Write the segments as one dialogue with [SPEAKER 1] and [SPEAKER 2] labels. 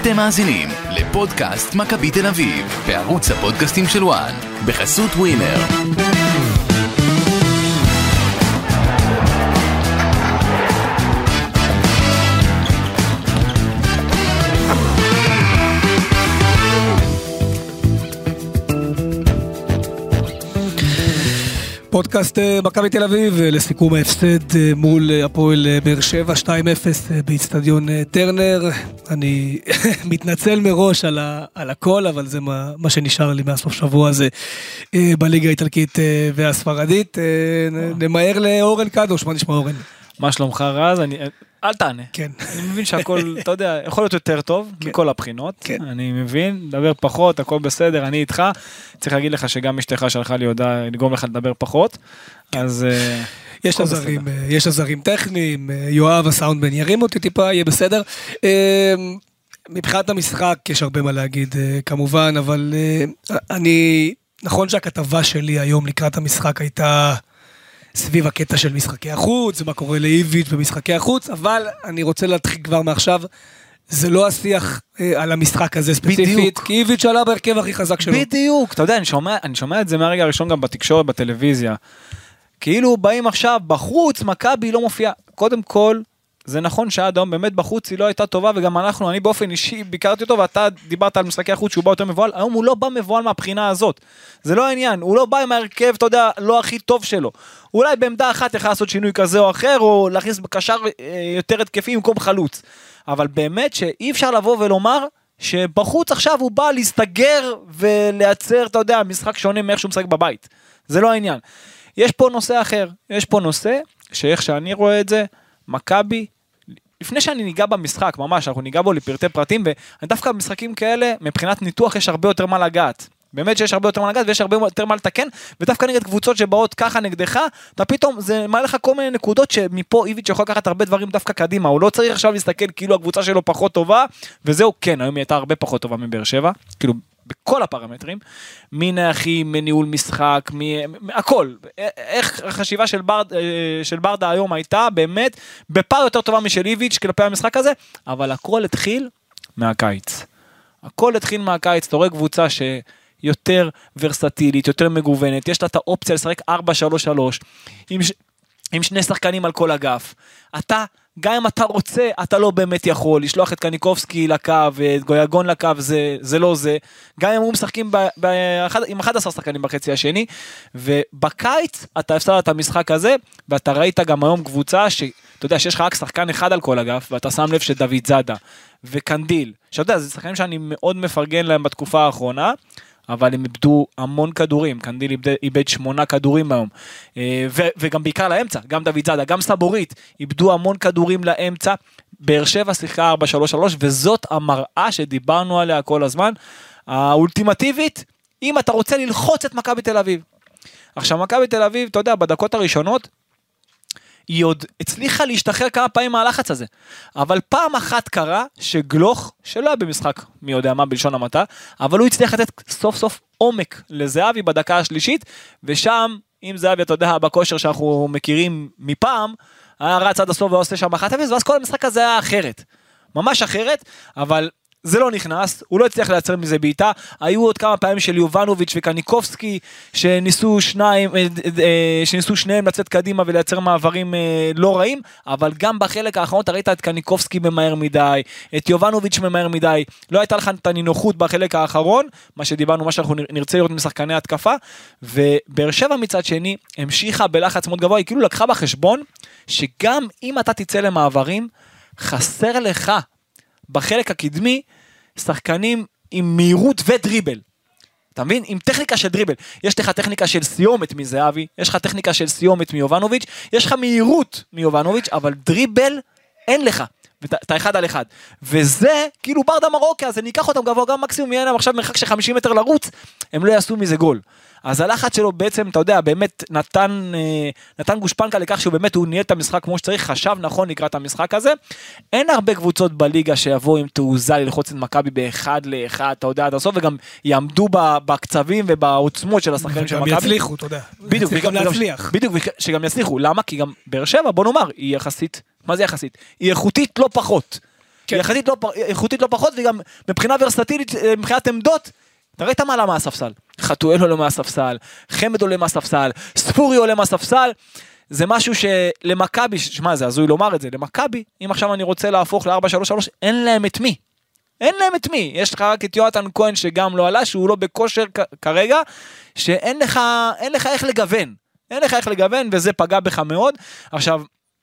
[SPEAKER 1] אתם מאזינים לפודקאסט מכבי תל אביב, בערוץ הפודקאסטים של וואן, בחסות ווינר.
[SPEAKER 2] פודקאסט מכבי תל אביב לסיכום ההפסד מול הפועל באר שבע 2-0 באצטדיון טרנר. אני מתנצל מראש על הכל, אבל זה מה שנשאר לי מהסוף שבוע הזה בליגה האיטלקית והספרדית. נמהר לאורן קדוש. מה נשמע אורן?
[SPEAKER 3] מה שלומך רז? אל תענה.
[SPEAKER 2] כן.
[SPEAKER 3] אני מבין שהכל, אתה יודע, יכול להיות יותר טוב מכל הבחינות.
[SPEAKER 2] כן.
[SPEAKER 3] אני מבין, דבר פחות, הכל בסדר, אני איתך. צריך להגיד לך שגם אשתך שלחה לי הודעה לגרום לך לדבר פחות. אז
[SPEAKER 2] יש עזרים טכניים, יואב הסאונדמן ירים אותי טיפה, יהיה בסדר. מבחינת המשחק יש הרבה מה להגיד כמובן, אבל נכון שהכתבה שלי היום לקראת המשחק הייתה סביב הקטע של משחקי החוץ, ומה קורה לאיביץ' במשחקי החוץ, אבל אני רוצה להתחיל כבר מעכשיו, זה לא השיח על המשחק הזה ספציפית, כי איביץ' עלה בהרכב הכי חזק שלו.
[SPEAKER 3] בדיוק, אתה יודע, אני שומע את זה מהרגע הראשון גם בתקשורת, בטלוויזיה, כאילו באים עכשיו בחוץ, מכבי לא מופיע, קודם כל, זה נכון שעד היום באמת בחוץ היא לא הייתה טובה, וגם אני באופן אישי ביקרתי אותו, ואתה דיברת על משחקי החוץ שהוא בא יותר מבועל, היום הוא לא בא מבועל מהבחינה הזאת, זה לא העניין, הוא לא בא עם ההרכב, אתה יודע, לא הכי טוב שלו, אולי בעמדה אחת יכול לעשות שינוי כזה או אחר, או להכניס בקשר יותר התקפי במקום חלוץ, אבל באמת שאי אפשר לבוא ולומר, שבחוץ עכשיו הוא בא להסתגר, ולייצר, אתה יודע, משחק שונה מאיך שהוא משחק בבית, זה לא העניין, יש פה נושא אחר, יש פה נושא, שאיך שאני רואה את זה, מכבי, לפני שאני ניגע במשחק, ממש, אנחנו ניגע בו לפרטי פרטים, ודווקא במשחקים כאלה, מבחינת ניתוח יש הרבה יותר מה לגעת. באמת שיש הרבה יותר מה לגעת, ויש הרבה יותר מה לתקן, ודווקא נגד קבוצות שבאות ככה נגדך, אתה פתאום, זה מעלה לך כל מיני נקודות, שמפה איביץ' יכול לקחת הרבה דברים דווקא קדימה, הוא לא צריך עכשיו להסתכל כאילו הקבוצה שלו פחות טובה, וזהו, כן, היום היא הייתה הרבה פחות טובה מבאר שבע, כאילו, בכל הפרמטרים, מנעכים, מניהול משחק, הכל, איך החשיבה של ברדה היום הייתה באמת בפער יותר טובה משל איביץ' כלפי המשחק הזה, אבל הכל התחיל מהקיץ. הכל התחיל מהקיץ, אתה רואה קבוצה שיותר ורסטילית, יותר מגוונת, יש לה את האופציה לשחק 4-3-3, עם שני שחקנים על כל אגף. גם אם אתה רוצה, אתה לא באמת יכול לשלוח את קניקובסקי לקו, ואת גויגון לקו, זה לא זה. גם אם הם משחקים עם 11 שחקנים בחצי השני, ובקיץ אתה הפסדת את המשחק הזה, ואתה ראית גם היום קבוצה, שאתה יודע שיש לך רק שחקן אחד על כל אגף, ואתה שם לב שדוד זאדה וקנדיל, שאתה יודע, זה שחקנים שאני מאוד מפרגן להם בתקופה האחרונה, אבל הם איבדו המון כדורים, קנדיל איבד 8 כדורים היום, וגם בעיקר לאמצע, גם דוד זאדה, גם סבורית, איבדו המון כדורים לאמצע, באר שבע שיחקה 4-3-3, וזאת המראה שדיברנו עליה כל הזמן, האולטימטיבית, אם אתה רוצה ללחוץ את מכבי תל אביב. עכשיו מכבי תל אביב, אתה יודע, בדקות הראשונות, היא עוד הצליחה להשתחרר כמה פעמים מהלחץ הזה, אבל פעם אחת קרה שגלוך, שלא היה במשחק מי יודע מה בלשון המעטה, אבל הוא הצליח לתת סוף סוף עומק לזהבי בדקה השלישית, ושם, אם זהבי אתה יודע בכושר שאנחנו מכירים מפעם, היה רץ עד הסוף ועושה שם 1-0, ואז כל המשחק הזה היה אחרת, ממש אחרת, אבל זה לא נכנס, הוא לא הצליח לייצר מזה בעיטה, היו עוד כמה פעמים של יובנוביץ' וקניקובסקי, שניסו שניהם לצאת קדימה ולייצר מעברים לא רעים, אבל גם בחלק האחרון אתה ראית את קניקובסקי במהר מדי, את יובנוביץ' במהר מדי, לא הייתה לך את הנינוחות בחלק האחרון, מה שדיברנו, מה שאנחנו נרצה לראות משחקני התקפה, ובאר שבע מצד שני, המשיכה בלחץ מאוד גבוה, היא כאילו לקחה בחשבון, שגם אם אתה תצא למעברים, חסר לך בחלק הקדמי, שחקנים עם מהירות ודריבל. אתה מבין? עם טכניקה של דריבל. יש לך טכניקה של סיומת מזהבי, יש לך טכניקה של סיומת מיובנוביץ', יש לך מהירות מיובנוביץ', אבל דריבל אין לך. אתה אחד על אחד. וזה, כאילו ברדה מרוקה, אז אני אקח אותם גבוה, גם מקסימום יהיה להם עכשיו מרחק של 50 מטר לרוץ, הם לא יעשו מזה גול. אז הלחץ שלו בעצם, אתה יודע, באמת נתן גושפנקה לכך שהוא באמת, הוא ניהל את המשחק כמו שצריך, חשב נכון לקראת המשחק הזה. אין הרבה קבוצות בליגה שיבואו עם תעוזה ללחוץ את מכבי באחד לאחד, אתה יודע, עד הסוף, וגם יעמדו בקצבים ובעוצמות של השחקנים של מכבי.
[SPEAKER 2] וגם יצליחו, אתה יודע.
[SPEAKER 3] בדיוק, שגם יצליחו. למה? כי גם באר שבע, בוא נאמר, היא יחסית, מה זה יחסית? היא איכותית לא פחות. היא איכותית לא פחות, וגם מבחינה ורסטילית, מבחינת עמדות, תראה את המעלה מהספסל. חתואל עולה מהספסל, חמד עולה מהספסל, ספורי עולה מהספסל, זה משהו שלמכבי, שמה זה, הזוי לומר את זה, למכבי, אם עכשיו אני רוצה להפוך ל-4-3-3, אין להם את מי. אין להם את מי. יש לך רק את יואטן כהן שגם לא עלה, שהוא לא בכושר כרגע, שאין לך איך לגוון. אין לך איך לגוון, וזה פגע בך מאוד. עכשיו,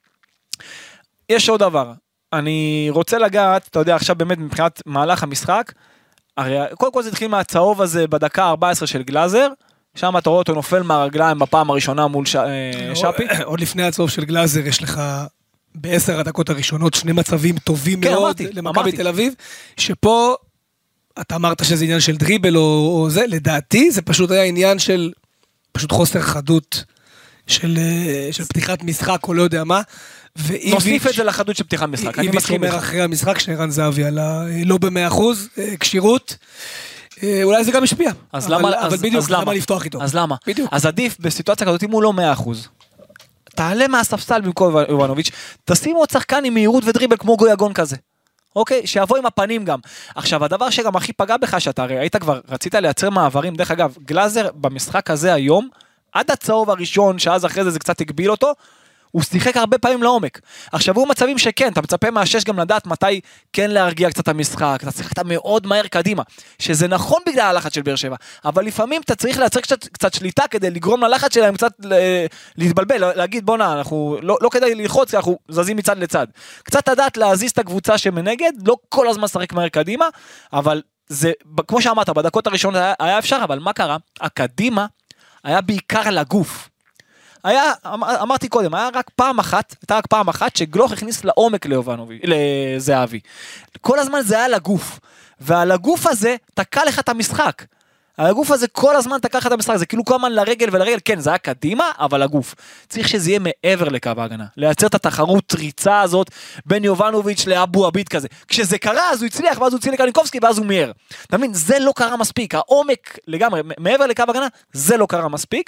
[SPEAKER 3] יש עוד דבר. אני רוצה לגעת, אתה יודע, עכשיו באמת מבחינת מהלך המשחק, הרי קודם כל זה התחיל מהצהוב הזה בדקה 14 של גלאזר, שם אתה רואה אותו נופל מהרגליים בפעם הראשונה מול שפי.
[SPEAKER 2] עוד לפני הצהוב של גלאזר יש לך ב10 הדקות הראשונות שני מצבים טובים מאוד למכבי תל אביב, שפה אתה אמרת שזה עניין של דריבל או זה, לדעתי זה פשוט היה עניין של פשוט חוסר חדות של פתיחת משחק או לא יודע מה.
[SPEAKER 3] נוסיף את זה לחדות של פתיחת משחק.
[SPEAKER 2] איביץ' אומר אחרי המשחק שערן זהבי עלה לא ב100% קשירות, אולי זה גם השפיע. אבל בדיוק, למה לפתוח איתו?
[SPEAKER 3] אז למה? אז עדיף בסיטואציה כזאת אם הוא לא 100%. תעלה מהספסל במקום יובנוביץ', תשימו עוד שחקן עם מהירות ודריבל כמו גויגון כזה. אוקיי? שיבוא עם הפנים גם. עכשיו, הדבר שגם הכי פגע בך, שאתה הרי היית כבר, רצית לייצר מעברים, דרך אגב, גלאזר במשחק הזה היום, עד הצהוב הראשון, שאז אחרי זה קצת הגביל אותו, הוא שיחק הרבה פעמים לעומק. עכשיו, הוא מצבים שכן, אתה מצפה מהשש גם לדעת מתי כן להרגיע קצת המשחק, אתה שיחקת מאוד מהר קדימה, שזה נכון בגלל הלחץ של באר שבע, אבל לפעמים אתה צריך לייצר קצת שליטה כדי לגרום ללחץ שלהם קצת להתבלבל, להגיד בוא אנחנו לא כדאי ללחוץ, כי אנחנו זזים מצד לצד. קצת לדעת להזיז את הקבוצה שמנגד, לא כל הזמן שחק מהר קדימה, אבל זה, כמו שאמרת, בדקות הראשונות היה אפשר, אבל מה קרה? הקדימה היה בעיקר לגוף. אמרתי קודם, הייתה רק פעם אחת שגלוך הכניס לעומק לזהבי. כל הזמן זה היה לגוף, ועל הגוף הזה תקע לך את המשחק. על הגוף הזה כל הזמן תקע לך את המשחק, זה כאילו כל הזמן לרגל ולרגל, כן, זה היה קדימה, אבל הגוף. צריך שזה יהיה מעבר לקו ההגנה, לייצר את התחרות ריצה הזאת, בין יובנוביץ' לאבו עביד כזה. כשזה קרה, אז הוא הצליח, ואז הוא הציל לקניקובסקי, ואז הוא מיהר. אתה מבין, זה לא קרה מספיק, העומק לגמרי, מעבר לקו ההגנה, זה לא קרה מספיק,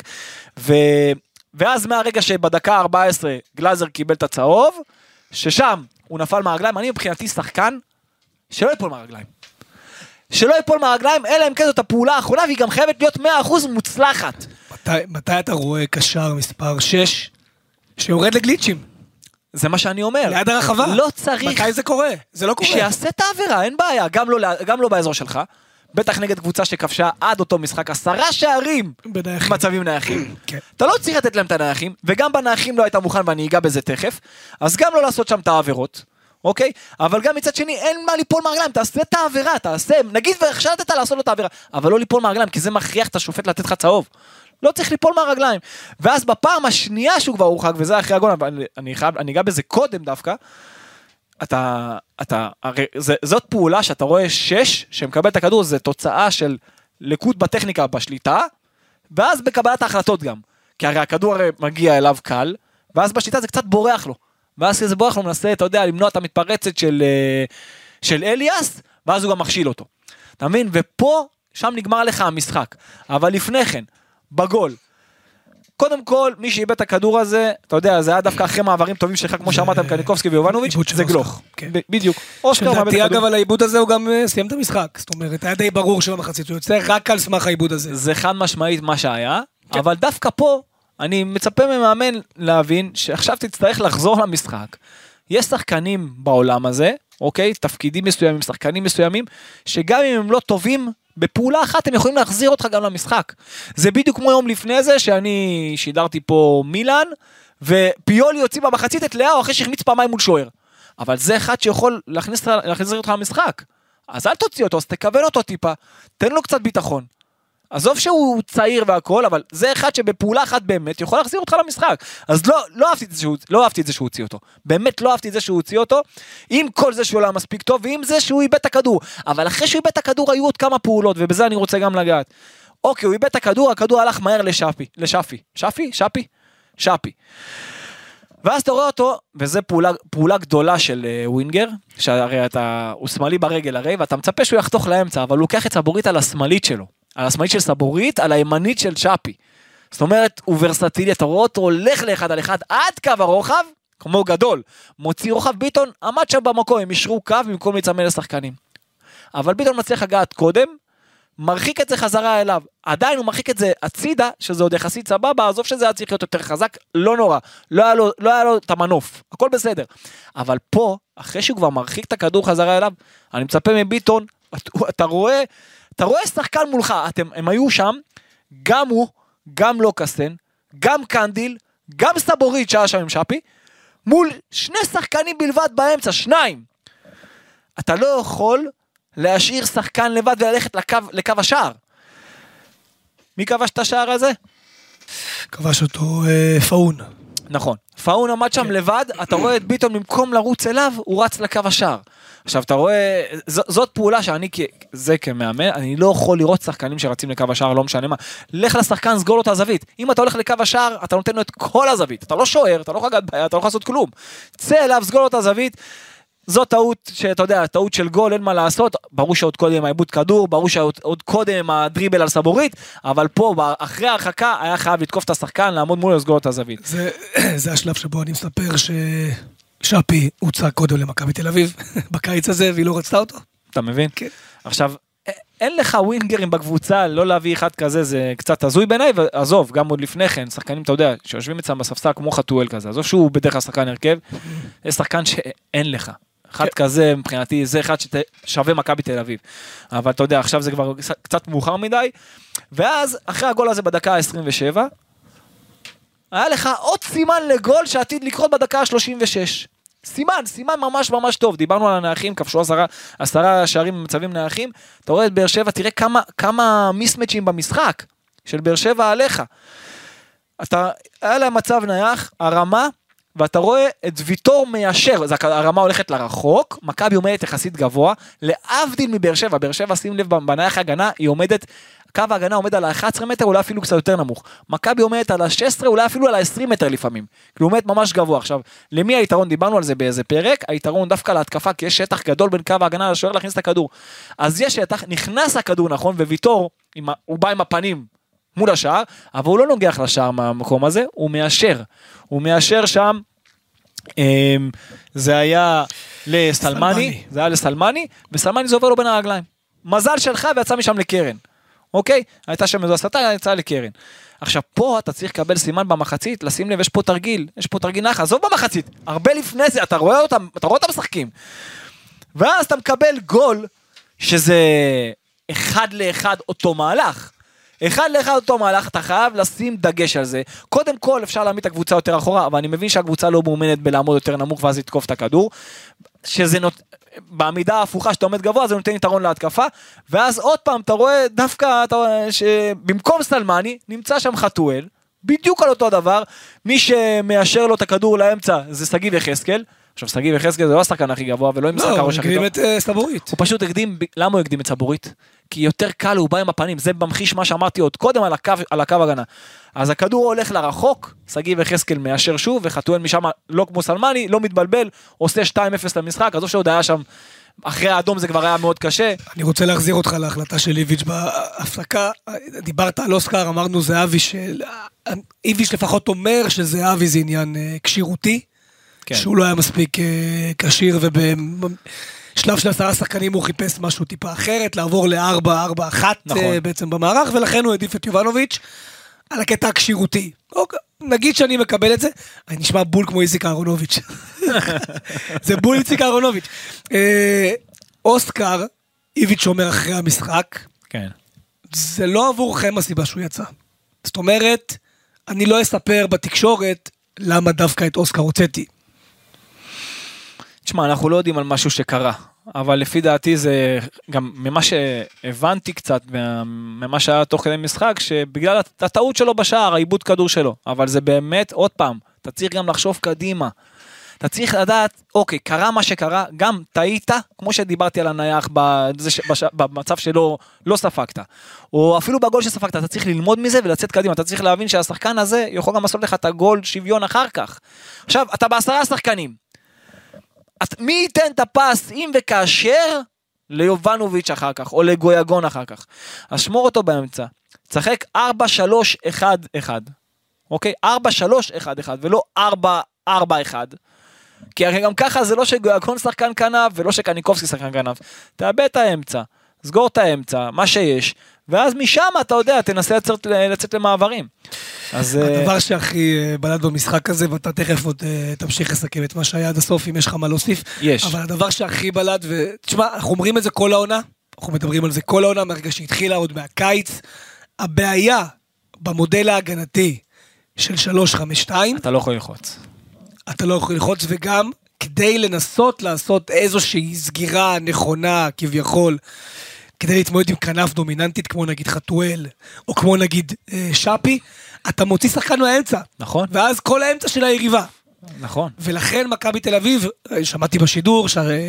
[SPEAKER 3] ואז מהרגע שבדקה 14 גלאזר קיבל את הצהוב, ששם הוא נפל מהרגליים, אני מבחינתי שחקן שלא ייפול מהרגליים. שלא ייפול מהרגליים, אלא אם כן זאת הפעולה האחרונה, והיא גם חייבת להיות 100% מוצלחת.
[SPEAKER 2] מתי אתה רואה קשר מספר 6 שיורד לגליצ'ים?
[SPEAKER 3] זה מה שאני אומר.
[SPEAKER 2] ליד הרחבה.
[SPEAKER 3] לא צריך.
[SPEAKER 2] מתי זה קורה? זה לא קורה.
[SPEAKER 3] שיעשה את העבירה, אין בעיה, גם לא באזור שלך. בטח נגד קבוצה שכבשה עד אותו משחק 10 שערים מצבים נייחים. אתה לא צריך לתת להם את הנייחים, וגם בנייחים לא היית מוכן, ואני אגע בזה תכף, אז גם לא לעשות שם את העבירות, אוקיי? אבל גם מצד שני, אין מה ליפול מהרגליים, תעשה את העבירה, תעשה, נגיד והחשדת לעשות לו את העבירה, אבל לא ליפול מהרגליים, כי זה מכריח את השופט לתת לך צהוב. לא צריך ליפול מהרגליים. ואז בפעם השנייה שהוא כבר הורחק, וזה אחרי הגול, אני אגע בזה קודם דווקא, הרי זאת פעולה שאתה רואה 6 שמקבל את הכדור, זה תוצאה של לקות בטכניקה בשליטה, ואז בקבלת ההחלטות גם, כי הרי הכדור הרי מגיע אליו קל, ואז בשליטה זה קצת בורח לו, ואז זה בורח לו, מנסה, אתה יודע, למנוע את המתפרצת של אליאס, ואז הוא גם מכשיל אותו, אתה מבין? ופה, שם נגמר לך המשחק, אבל לפני כן, בגול, קודם כל, מי שאיבד את הכדור הזה, אתה יודע, זה היה דווקא אחרי מעברים טובים שלך, כמו שאמרת, קניקובסקי ויובנוביץ', זה גלוך. בדיוק.
[SPEAKER 2] שלדעתי, אגב, על העיבוד הזה הוא גם סיים את המשחק. זאת אומרת, היה די ברור שבמחצית, הוא יוצא רק על סמך העיבוד הזה.
[SPEAKER 3] זה חד משמעית מה שהיה, אבל דווקא פה, אני מצפה ממאמן להבין, שעכשיו תצטרך לחזור למשחק. יש שחקנים בעולם הזה, אוקיי? תפקידים מסוימים, שחקנים מסוימים, שגם אם הם לא טובים, בפעולה אחת הם יכולים להחזיר אותך גם למשחק. זה בדיוק כמו יום לפני זה, שאני שידרתי פה מילאן, ופיולי יוצאים במחצית את לאו אחרי שהחמיץ פעמיים מול שוער. אבל זה אחד שיכול להחזיר אותך למשחק. אז אל תוציא אותו, אז תכוון אותו טיפה, תן לו קצת ביטחון. עזוב שהוא צעיר והכל, אבל זה אחד שבפעולה אחת באמת יכול להחזיר אותך למשחק. אז לא אהבתי את זה שהוא הוציא אותו. באמת לא אהבתי את זה שהוא הוציא אותו, עם כל זה שהוא לא מספיק טוב, ועם זה שהוא איבד את הכדור. אבל אחרי שהוא איבד את הכדור היו עוד כמה פעולות, ובזה אני רוצה גם לגעת. אוקיי, הוא איבד את הכדור, הכדור הלך מהר לשפי. ואז אתה רואה אותו, וזו פעולה גדולה של ווינגר, שהרי הוא שמאלי ברגל הרי, ואתה מצפה שהוא יחתוך לאמצע, אבל הוא לוקח את סבורית על השמאלית שלו. על השמאלית של סבורית, על הימנית של שפי. זאת אומרת, הוא ורסטילי, אתה רואה אותו הולך לאחד על אחד, עד קו הרוחב, כמו גדול, מוציא רוחב, ביטון עמד שם במקום, הם ישרו קו במקום להצמד לשחקנים. אבל ביטון מצליח לגעת קודם, מרחיק את זה חזרה אליו, עדיין הוא מרחיק את זה הצידה, שזה עוד יחסית סבבה, עזוב שזה היה צריך להיות יותר חזק, לא נורא, לא היה לו את המנוף, הכל בסדר. אבל פה, אחרי שהוא כבר מרחיק את הכדור חזרה אליו, אני מצפה מביטון, אתה רואה שחקן מולך, הם היו שם, גם הוא, גם לא קסטן, גם קנדיל, גם סבורית שהיה שם עם שפי, מול שני שחקנים בלבד באמצע, שניים. אתה לא יכול להשאיר שחקן לבד וללכת לקו השער. מי כבש את השער הזה?
[SPEAKER 2] כבש אותו פאון.
[SPEAKER 3] נכון. פאון עמד שם לבד, אתה רואה את ביטון במקום לרוץ אליו, הוא רץ לקו השער. עכשיו אתה רואה, זאת פעולה שאני כמאמן, אני לא יכול לראות שחקנים שרצים לקו השער, לא משנה מה. לך לשחקן, סגור לו את הזווית. אם אתה הולך לקו השער, אתה נותן לו את כל הזווית. אתה לא שוער, אתה לא יכול לגעת בעיה, אתה לא יכול לעשות כלום. צא אליו, סגור לו את הזווית. זו טעות שאתה יודע, טעות של גול, אין מה לעשות, ברור שעוד קודם העיבוד כדור, ברור שעוד קודם הדריבל על סבורית, אבל פה, אחרי ההרחקה, היה חייב לתקוף את השחקן, לעמוד מול לסגור את הזווית.
[SPEAKER 2] זה השלב שבו אני מספר ששפי הוצא קודם למכבי תל אביב, בקיץ הזה, והיא לא רצתה אותו.
[SPEAKER 3] אתה מבין?
[SPEAKER 2] כן.
[SPEAKER 3] עכשיו, אין לך ווינגרים בקבוצה, לא להביא אחד כזה, זה קצת הזוי בעיניי, ועזוב, גם עוד לפני כן, שחקנים, אתה יודע, שיושבים אצלם בספסל כמו חתואל כזה, עזוב שהוא בדרך כלל שחקן הרכב, זה שחקן שאין לך. אחד כזה, מבחינתי, זה אחד ששווה מכבי תל אביב. אבל אתה יודע, עכשיו זה כבר קצת מאוחר מדי, ואז, אחרי הגול הזה בדקה ה-27, היה לך עוד סימן לגול שעתיד לקרות בדקה ה-36. סימן ממש ממש טוב. דיברנו על הנייחים, כבשו 10 שערים במצבים נייחים. אתה רואה את באר שבע, תראה כמה מיסמצ'ים במשחק של באר שבע עליך. היה להם מצב נייח, הרמה, ואתה רואה את ויטור מיישר, הרמה הולכת לרחוק, מכבי עומדת יחסית גבוה, להבדיל מבאר שבע, באר שבע, שים לב, בנייח ההגנה, היא עומדת, קו ההגנה עומד על ה-11 מטר, אולי אפילו קצת יותר נמוך, מכבי עומדת על ה-16, אולי אפילו על ה-20 מטר לפעמים, כאילו עומדת ממש גבוה. עכשיו, למי היתרון? דיברנו על זה באיזה פרק, היתרון דווקא להתקפה, כי יש שטח גדול בין קו ההגנה לשוער להכניס את הכדור, אז יש שטח, נכנס הכדור, נכון, וויטור, הוא בא עם הפנים מול השער, אבל הוא לא נוגח לשער מהמקום הזה, הוא מיישר שם, זה היה לסלמני, וסלמני זה עובר לו בין הרגליים. מזל שלך ויצא משם לקרן. אוקיי? הייתה שם איזו הסתה, יצאה לקרן. עכשיו פה אתה צריך לקבל סימן במחצית, לשים לב, יש פה תרגיל נח, עזוב במחצית, הרבה לפני זה, אתה רואה אותם משחקים. ואז אתה מקבל גול, שזה 1-1 אותו מהלך. 1-1 אותו מהלך, אתה חייב לשים דגש על זה. קודם כל אפשר להעמיד את הקבוצה יותר אחורה, אבל אני מבין שהקבוצה לא מאומנת בלעמוד יותר נמוך, ואז לתקוף את הכדור. בעמידה ההפוכה שאתה עומד גבוה, זה נותן יתרון להתקפה, ואז עוד פעם אתה רואה דווקא שבמקום סלמני, נמצא שם חתואל, בדיוק על אותו דבר, מי שמאשר לו את הכדור לאמצע, זה סגיב יחזקאל. עכשיו סגיב יחזקאל זה לא השחקן הכי גבוה, ולא עם שחקן ראש הכי טוב.
[SPEAKER 2] הוא הקדים את סבורית.
[SPEAKER 3] הוא פשוט הקדים, למה הוא הקדים את סבורית? כי יותר קל, הוא בא עם הפנים, זה ממחיש מה שאמרתי עוד קודם על הקו הגנה. אז הכדור הולך לרחוק, סגיב יחזקאל מאשר שוב, וחתואל משם לא כמו סלמני, לא מתבלבל, עושה 2-0 למשחק, אז או שעוד היה שם, אחרי האדום זה כבר היה מאוד קשה.
[SPEAKER 2] אני רוצה להחזיר אותך להחלטה של איביץ' בהפסקה, דיברת על אוסקר, אמרנו זהבי, איביץ' לפחות אומר שזהבי זה עניין קשירותי, שהוא לא היה מספיק קשיר, ובשלב של 10 שחקנים הוא חיפש משהו טיפה אחרת, לעבור ל-4-4-1 בעצם במערך, ולכן הוא העדיף את יובנוביץ' על הקטע הקשירותי. נגיד שאני מקבל את זה, אני נשמע בול כמו איציק אהרונוביץ'. זה בול איציק אהרונוביץ'. אוסקר, איביץ' אומר אחרי המשחק, זה לא עבורכם הסיבה שהוא יצא. זאת אומרת, אני לא אספר בתקשורת למה דווקא את אוסקר הוצאתי.
[SPEAKER 3] תשמע, אנחנו לא יודעים על משהו שקרה, אבל לפי דעתי זה גם ממה שהבנתי קצת, ממה שהיה תוך כדי משחק, שבגלל הטעות שלו בשער, העיבוד כדור שלו, אבל זה באמת, עוד פעם, אתה צריך גם לחשוב קדימה, אתה צריך לדעת, אוקיי, קרה מה שקרה, גם טעית, כמו שדיברתי על הנייח, במצב שלא ספקת, או אפילו בגול שספקת, אתה צריך ללמוד מזה ולצאת קדימה, אתה צריך להבין שהשחקן הזה יכול גם לעשות לך את הגול שוויון אחר כך. עכשיו, אתה ב10 שחקנים, מי ייתן את הפס אם וכאשר ליובנוביץ' אחר כך, או לגויגון אחר כך, אז שמור אותו באמצע, צחק 4-3-1-1, אוקיי? 4-3-1-1, ולא 4-4-1, כי הרי גם ככה זה לא שגויגון שחקן כנף, ולא שקניקובסקי שחקן כנף. תאבד את האמצע, סגור את האמצע, מה שיש, ואז משם אתה יודע, תנסה לצאת למעברים.
[SPEAKER 2] הדבר שהכי בלט במשחק הזה, ואתה תכף עוד תמשיך לסכם את מה שהיה עד הסוף, אם יש לך מה להוסיף.
[SPEAKER 3] יש.
[SPEAKER 2] אבל הדבר שהכי בלט, ותשמע, אנחנו אומרים את זה כל העונה, אנחנו מדברים על זה כל העונה, מהרגע שהתחילה עוד מהקיץ, הבעיה במודל ההגנתי של 352,
[SPEAKER 3] אתה לא יכול ללחוץ.
[SPEAKER 2] אתה לא יכול ללחוץ, וגם כדי לנסות לעשות איזושהי סגירה נכונה, כביכול, כדי להתמודד עם כנף דומיננטית, כמו נגיד חתואל, או כמו נגיד שפי, אתה מוציא שחקן מהאמצע.
[SPEAKER 3] נכון.
[SPEAKER 2] ואז כל האמצע של היריבה.
[SPEAKER 3] נכון.
[SPEAKER 2] ולכן מכבי תל אביב, שמעתי בשידור,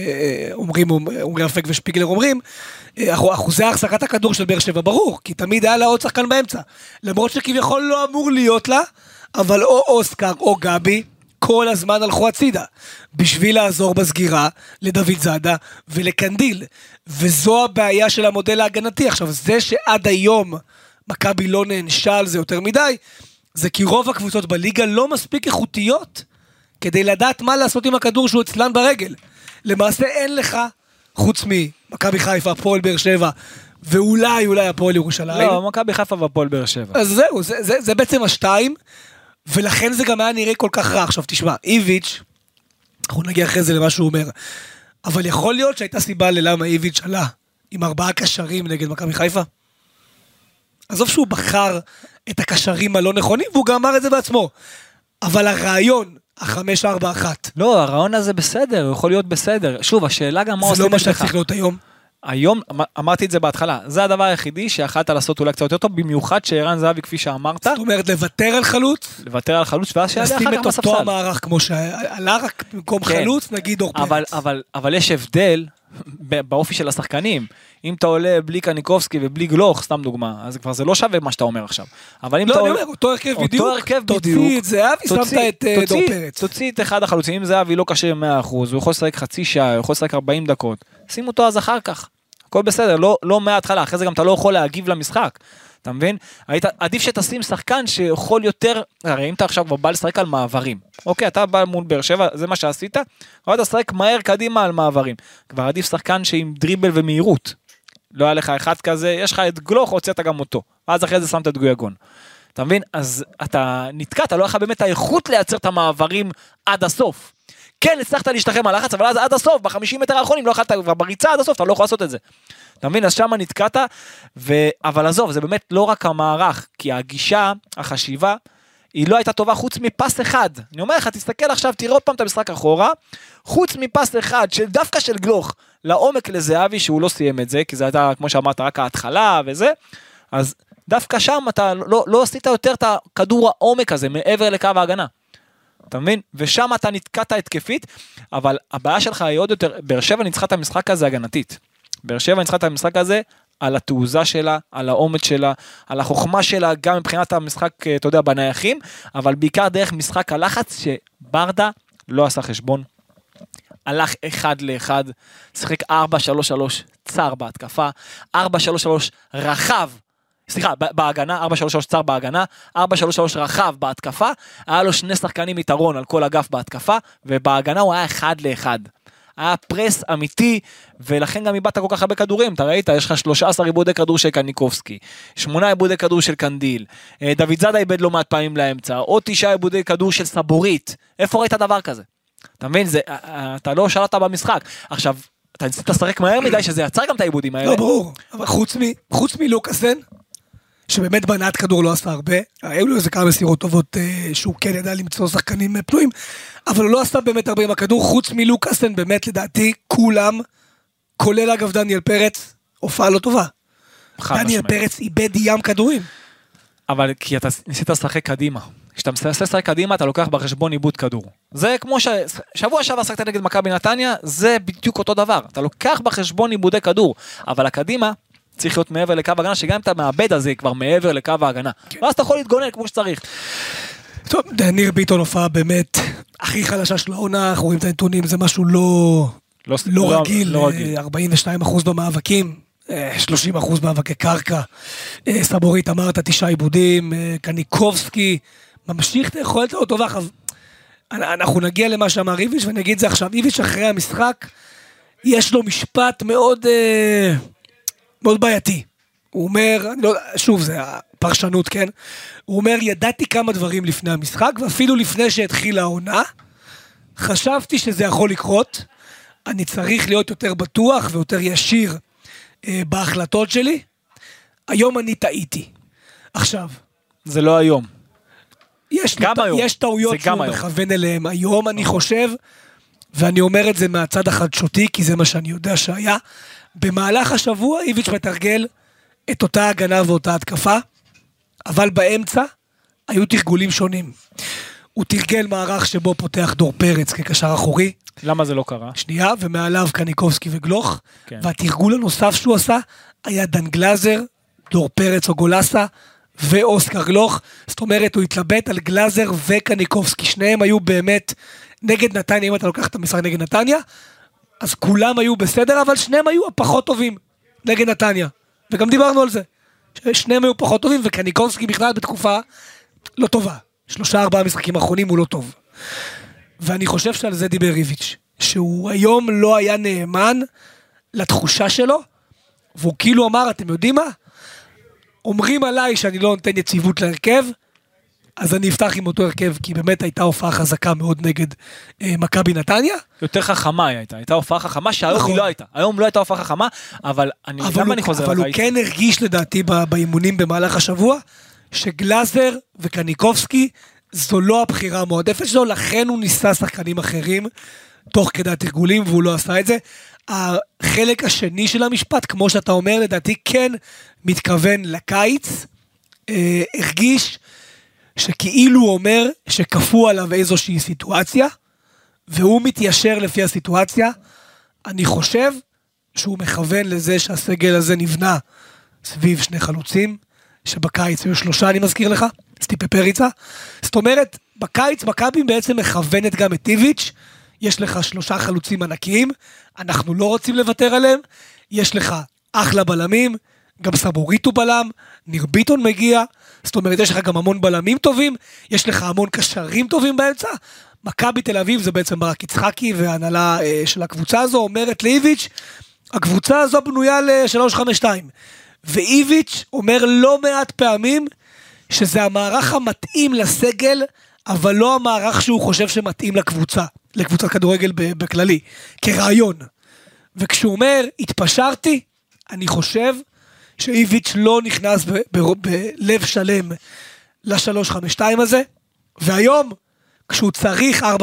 [SPEAKER 2] אומרי אפק ושפיגלר אומרים, אחוזי החזקת הכדור של באר שבע ברור, כי תמיד היה לה עוד שחקן באמצע. למרות שכביכול לא אמור להיות לה, אבל או אוסקר או גבי, כל הזמן הלכו הצידה, בשביל לעזור בסגירה לדוד זאדה ולקנדיל, וזו הבעיה של המודל ההגנתי. עכשיו, זה שעד היום מכבי לא נענשה על זה יותר מדי, זה כי רוב הקבוצות בליגה לא מספיק איכותיות, כדי לדעת מה לעשות עם הכדור שהוא אצלן ברגל. למעשה אין לך, חוץ ממכבי חיפה, הפועל באר שבע, ואולי הפועל ירושלים.
[SPEAKER 3] לא, מכבי חיפה והפועל באר שבע.
[SPEAKER 2] אז זהו, זה בעצם השתיים, ולכן זה גם היה נראה כל כך רע. עכשיו תשמע, איביץ', אנחנו נגיע אחרי זה למה שהוא אומר, אבל יכול להיות שהייתה סיבה ללמה איביץ' עלה עם 4 קשרים נגד מכבי חיפה? עזוב שהוא בחר את הקשרים הלא נכונים, והוא גם אמר את זה בעצמו. אבל הרעיון, 5-4-1.
[SPEAKER 3] לא, הרעיון הזה בסדר, הוא יכול להיות בסדר. שוב, השאלה גם מה
[SPEAKER 2] זה
[SPEAKER 3] עושים
[SPEAKER 2] לא מה שצריך להיות היום.
[SPEAKER 3] היום, אמרתי את זה בהתחלה, זה הדבר היחידי שיכלת לעשות אולי קצת יותר טוב, במיוחד שערן זהבי, כפי שאמרת.
[SPEAKER 2] זאת אומרת, לוותר על חלוץ,
[SPEAKER 3] ואז שיעלה אחר כך
[SPEAKER 2] לשים את
[SPEAKER 3] בספסל.
[SPEAKER 2] אותו המערך כמו שעלה רק במקום חלוץ, נגיד אור פרץ.
[SPEAKER 3] אבל יש הבדל באופי של השחקנים. אם אתה עולה בלי קניקובסקי ובלי גלוך, סתם דוגמה, אז כבר זה לא שווה מה שאתה אומר עכשיו. אבל אם
[SPEAKER 2] לא,
[SPEAKER 3] אתה
[SPEAKER 2] אני
[SPEAKER 3] עולה...
[SPEAKER 2] אומר, אותו הרכב בדיוק, תוציא את זהבי, שמת את אור פרץ.
[SPEAKER 3] תוציא את אחד החלוצים, אם זהבי לא קשה 100%, הוא יכול לשחק חצי שעה, הוא יכול לשחק 40 דקות, שים אותו אז אחר כך. הכל בסדר, לא מההתחלה, אחרי זה גם אתה לא יכול להגיב למשחק, אתה מבין? עדיף שתשים שחקן שיכול יותר, הרי אם אתה עכשיו כבר בא לשחק על מעברים, אוקיי, אתה בא מול באר שבע, זה מה שעשית, אבל אתה שחק מהר קדימה על מעברים, כבר עדיף שחקן שעם דריבל ומהירות, לא היה לך אחד כזה, יש לך את גלוך, הוצאת גם אותו, אז אחרי זה שמת את גויגון, אתה מבין? אז אתה נתקעת, לא היה לך באמת האיכות לייצר את המעברים עד הסוף, כן, הצלחת להשתחרר מהלחץ, אבל אז עד הסוף, ב-50 מטר האחרונים, לא יכולת, כבר בריצה עד הסוף, אתה לא יכול לעשות את זה. אתה מבין? אז שם נתקעת, אבל עזוב, זה באמת לא רק המערך, כי הגישה, החשיבה, היא לא הייתה טובה חוץ מפס אחד. אני אומר לך, תסתכל עכשיו, תראה עוד פעם את המשחק אחורה, חוץ מפס אחד, דווקא של גלוך, לעומק לזהבי, שהוא לא סיים את זה, כי זה הייתה, כמו שאמרת, רק ההתחלה וזה, אז דווקא שם אתה לא עשית יותר את הכדור העומק הזה, מעבר לקו ההגנה. אתה מבין? ושם אתה נתקעת התקפית, אבל הבעיה שלך היא עוד יותר, באר שבע ניצחה את המשחק הזה הגנתית. באר שבע ניצחה את המשחק הזה על התעוזה שלה, על העומד שלה, על החוכמה שלה, גם מבחינת המשחק, אתה יודע, בנייחים, אבל בעיקר דרך משחק הלחץ, שברדה לא עשה חשבון. הלך 1-1, שחק 4-3-3, צר בהתקפה, 4-3-3 רחב, סליחה, בהגנה, 4-3-3 צר בהגנה, 4-3-3 רחב בהתקפה, היה לו 2 שחקנים יתרון על כל אגף בהתקפה, ובהגנה הוא היה 1-1. היה פרס אמיתי, ולכן גם איבדת כל כך הרבה כדורים, אתה ראית, יש לך 13 עיבודי כדור של קניקובסקי, 8 עיבודי כדור של קנדיל, דוד זאדה איבד לו מעט פעמים לאמצע, עוד 9 עיבודי כדור של סבורית, איפה ראית דבר כזה? אתה מבין, אתה לא שלטת במשחק, עכשיו, אתה ניסית לשחק מהר מדי, שזה יצר גם את העיבודים האלה.
[SPEAKER 2] לא, ברור, אבל חוץ מלוקאסן, שבאמת בנעת כדור לא עשה הרבה, היו לו איזה כמה מסירות טובות שהוא כן ידע למצוא שחקנים פנויים, אבל הוא לא עשה באמת הרבה עם הכדור, חוץ מלוקאסן, באמת לדעתי, כולם, כולל אגב דניאל פרץ, הופעה לא טובה. דניאל פרץ איבד ים כדורים.
[SPEAKER 3] אבל כי אתה ניסית לשחק קדימה. כשאתה מנסה לשחק קדימה, אתה לוקח בחשבון איבוד כדור. זה כמו שבוע שעבר שחקת נגד מכבי נתניה, זה בדיוק אותו דבר. אתה לוקח בחשבון איבודי כדור, אבל הקדימה צריך להיות מעבר לקו ההגנה, שגם אם אתה מאבד על זה כבר מעבר לקו ההגנה. ואז אתה יכול להתגונן כמו שצריך.
[SPEAKER 2] טוב, ניר ביטון הופעה באמת הכי חלשה של העונה, אנחנו רואים את הנתונים, זה משהו לא רגיל, 42% במאבקים, 30% מאבקי קרקע, סבורית אמרת 9 עיבודים, קניקובסקי, ממשיך את היכולת לא טובה, אנחנו נגיע למה שאמר איביץ' ונגיד את זה עכשיו. איביץ' אחרי המשחק, יש לו משפט מאוד, מאוד בעייתי. הוא אומר, שוב, זה הפרשנות, כן? הוא אומר, ידעתי כמה דברים לפני המשחק, ואפילו לפני שהתחילה העונה, חשבתי שזה יכול לקרות. אני צריך להיות יותר בטוח ויותר ישיר בהחלטות שלי. היום אני טעיתי. עכשיו.
[SPEAKER 3] זה לא היום.
[SPEAKER 2] יש טעויות שהוא מכוון אליהם היום, אני חושב, ואני אומר את זה מהצד החדשותי, כי זה מה שאני יודע שהיה. במהלך השבוע איביץ' מתרגל את אותה הגנה ואותה התקפה, אבל באמצע היו תרגולים שונים. הוא תרגל מערך שבו פותח דור פרץ כקשר אחורי.
[SPEAKER 3] למה זה לא קרה?
[SPEAKER 2] שנייה, ומעליו קניקובסקי וגלוך, כן. והתרגול הנוסף שהוא עשה, היה דן גלאזר, דור פרץ או גולסה, ואוסקר גלוך. זאת אומרת, הוא התלבט על גלאזר וקניקובסקי, שניהם היו באמת נגד נתניה, אם אתה לוקח את המשחק נגד נתניה, אז כולם היו בסדר, אבל שניהם היו הפחות טובים נגד נתניה. וגם דיברנו על זה. שניהם היו פחות טובים, וקניקובסקי בכלל בתקופה לא טובה. 3-4 משחקים האחרונים הוא לא טוב. ואני חושב שעל זה דיבר איביץ', שהוא היום לא היה נאמן לתחושה שלו, והוא כאילו אמר, אתם יודעים מה? אומרים עליי שאני לא נותן יציבות להרכב, אז אני אפתח עם אותו הרכב, כי באמת הייתה הופעה חזקה מאוד נגד מכבי נתניה.
[SPEAKER 3] יותר חכמה הייתה הופעה חכמה שהיום היא לא הייתה. היום לא הייתה הופעה חכמה, אבל
[SPEAKER 2] הוא כן הרגיש לדעתי באימונים במהלך השבוע, שגלאזר וקניקובסקי זו לא הבחירה המועדפת שלו, לכן הוא ניסה שחקנים אחרים תוך כדי התרגולים, והוא לא עשה את זה. החלק השני של המשפט, כמו שאתה אומר, לדעתי כן מתכוון לקיץ, הרגיש שכאילו הוא אומר שכפו עליו איזושהי סיטואציה, והוא מתיישר לפי הסיטואציה. אני חושב שהוא מכוון לזה שהסגל הזה נבנה סביב שני חלוצים, שבקיץ היו 3, אני מזכיר לך, סטיפה פריצה. זאת אומרת, בקיץ מכבי בעצם מכוונת גם את איביץ', יש לך 3 חלוצים ענקיים, אנחנו לא רוצים לוותר עליהם, יש לך אחלה בלמים, גם סבוריטו בלם, ניר ביטון מגיע, זאת אומרת, יש לך גם המון בלמים טובים, יש לך המון קשרים טובים באמצע. מכבי תל אביב זה בעצם ברק יצחקי, וההנהלה של הקבוצה הזו אומרת לאיביץ', הקבוצה הזו בנויה ל-3-5-2, ואיביץ' אומר לא מעט פעמים, שזה המערך המתאים לסגל, אבל לא המערך שהוא חושב שמתאים לקבוצה, לקבוצת כדורגל בכללי, כרעיון. וכשהוא אומר, התפשרתי, אני חושב שאיביץ' לא נכנס בלב שלם ל-3-5-2 הזה, והיום, כשהוא צריך 4-3-3,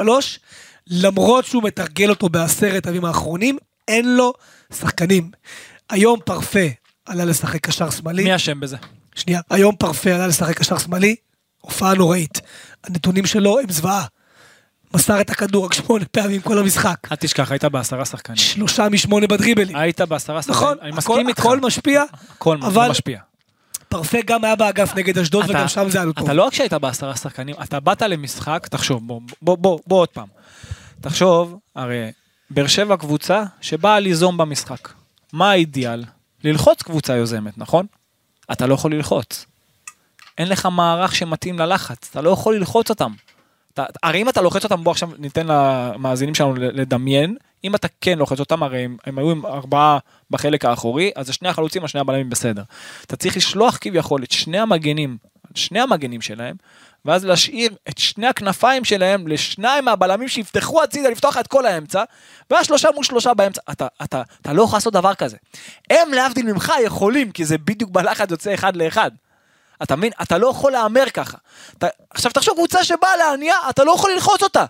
[SPEAKER 2] למרות שהוא מתרגל אותו ב10 הימים האחרונים, אין לו שחקנים. היום פרפה עלה לשחק קשר שמאלי.
[SPEAKER 3] מי אשם בזה?
[SPEAKER 2] שנייה, היום פרפה עלה לשחק קשר שמאלי, הופעה נוראית. הנתונים שלו הם זוועה. מסר את הכדור רק 8 פעמים כל המשחק.
[SPEAKER 3] אל תשכח, היית ב10 שחקנים.
[SPEAKER 2] 3 מ8 בדריבלים.
[SPEAKER 3] היית ב10 שחקנים.
[SPEAKER 2] נכון,
[SPEAKER 3] אני מסכים איתך.
[SPEAKER 2] הכל משפיע.
[SPEAKER 3] הכל משפיע.
[SPEAKER 2] פרפה גם היה באגף נגד אשדוד, וגם שם זה היה לו טוב.
[SPEAKER 3] אתה לא רק שהיית ב10 שחקנים, אתה באת למשחק, תחשוב, בוא עוד פעם. תחשוב, הרי באר שבע קבוצה שבאה ליזום במשחק. מה האידיאל? ללחוץ קבוצה יוזמת, נכון? אתה לא יכול ללחוץ. אין לך מערך שמתאים ללחץ, אתה לא יכול ללחוץ אותם. הרי אם אתה לוחץ אותם, בוא עכשיו ניתן למאזינים שלנו לדמיין, אם אתה כן לוחץ אותם, הרי הם היו עם 4 בחלק האחורי, אז זה 2 החלוצים, 2 הבלמים בסדר. אתה צריך לשלוח כביכול את 2 המגנים שלהם, ואז להשאיר את 2 הכנפיים שלהם ל2 מהבלמים שיפתחו הצידה, לפתוח את כל האמצע, ואז 3 מול 3 באמצע. אתה לא יכול לעשות דבר כזה. הם להבדיל ממך יכולים, כי זה בדיוק בלחץ יוצא 1 ל-1. אתה מבין? אתה לא יכול לאמר ככה. עכשיו תחשוב קבוצה שבאה להניע, אתה לא יכול ללחוץ אותה.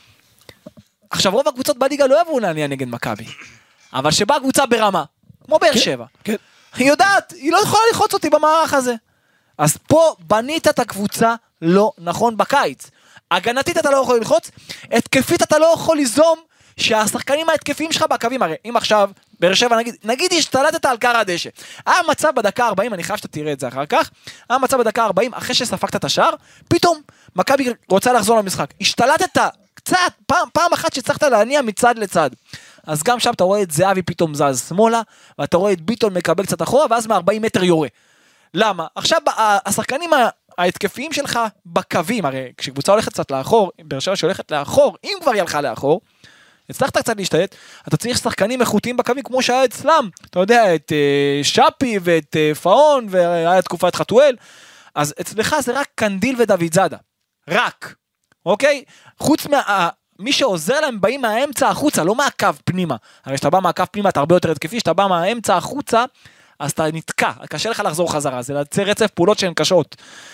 [SPEAKER 3] עכשיו רוב הקבוצות בליגה לא יבואו להניע נגד מכבי. אבל שבאה קבוצה ברמה, כמו באר שבע.
[SPEAKER 2] כן.
[SPEAKER 3] היא יודעת, היא לא יכולה ללחוץ אותי במערך הזה. אז פה בנית את הקבוצה לא נכון בקיץ. הגנתית אתה לא יכול ללחוץ, התקפית אתה לא יכול ליזום, שהשחקנים ההתקפיים שלך בקווים, הרי אם עכשיו, באר שבע נגיד השתלטת על קר הדשא, היה מצב בדקה 40, אני חייב שאתה תראה את זה אחר כך, היה מצב בדקה 40, אחרי שספקת את השער, פתאום מכבי רוצה לחזור למשחק, השתלטת קצת, פעם אחת שצריכת להניע מצד לצד, אז גם שם אתה רואה את זהבי פתאום זז שמאלה, ואתה רואה את ביטון מקבל קצת אחורה, ואז מ-40 מטר יורה. למה? עכשיו השחקנים ההתקפיים שלך בקווים, הרי כשקבוצה הולכת קצת לאחור, באר שבע שהולכת לאחור, אם כבר היא הלכה לאחור, הצלחת קצת להשתלט, אתה צריך שחקנים איכותיים בקווים כמו שהיה אצלם, אתה יודע, את שפי ואת פאון, והיה תקופה את חתואל, אז אצלך זה רק קנדיל ודוד זאדה, רק, אוקיי? חוץ מי שעוזר להם באים מהאמצע החוצה, לא מהקו פנימה, הרי שאתה בא מהקו פנימה אתה הרבה יותר התקפי, שאתה בא מהאמצע החוצה, אז אתה נתקע, קשה לך לחזור חזרה, זה לייצר רצף פעולות שהן קשות,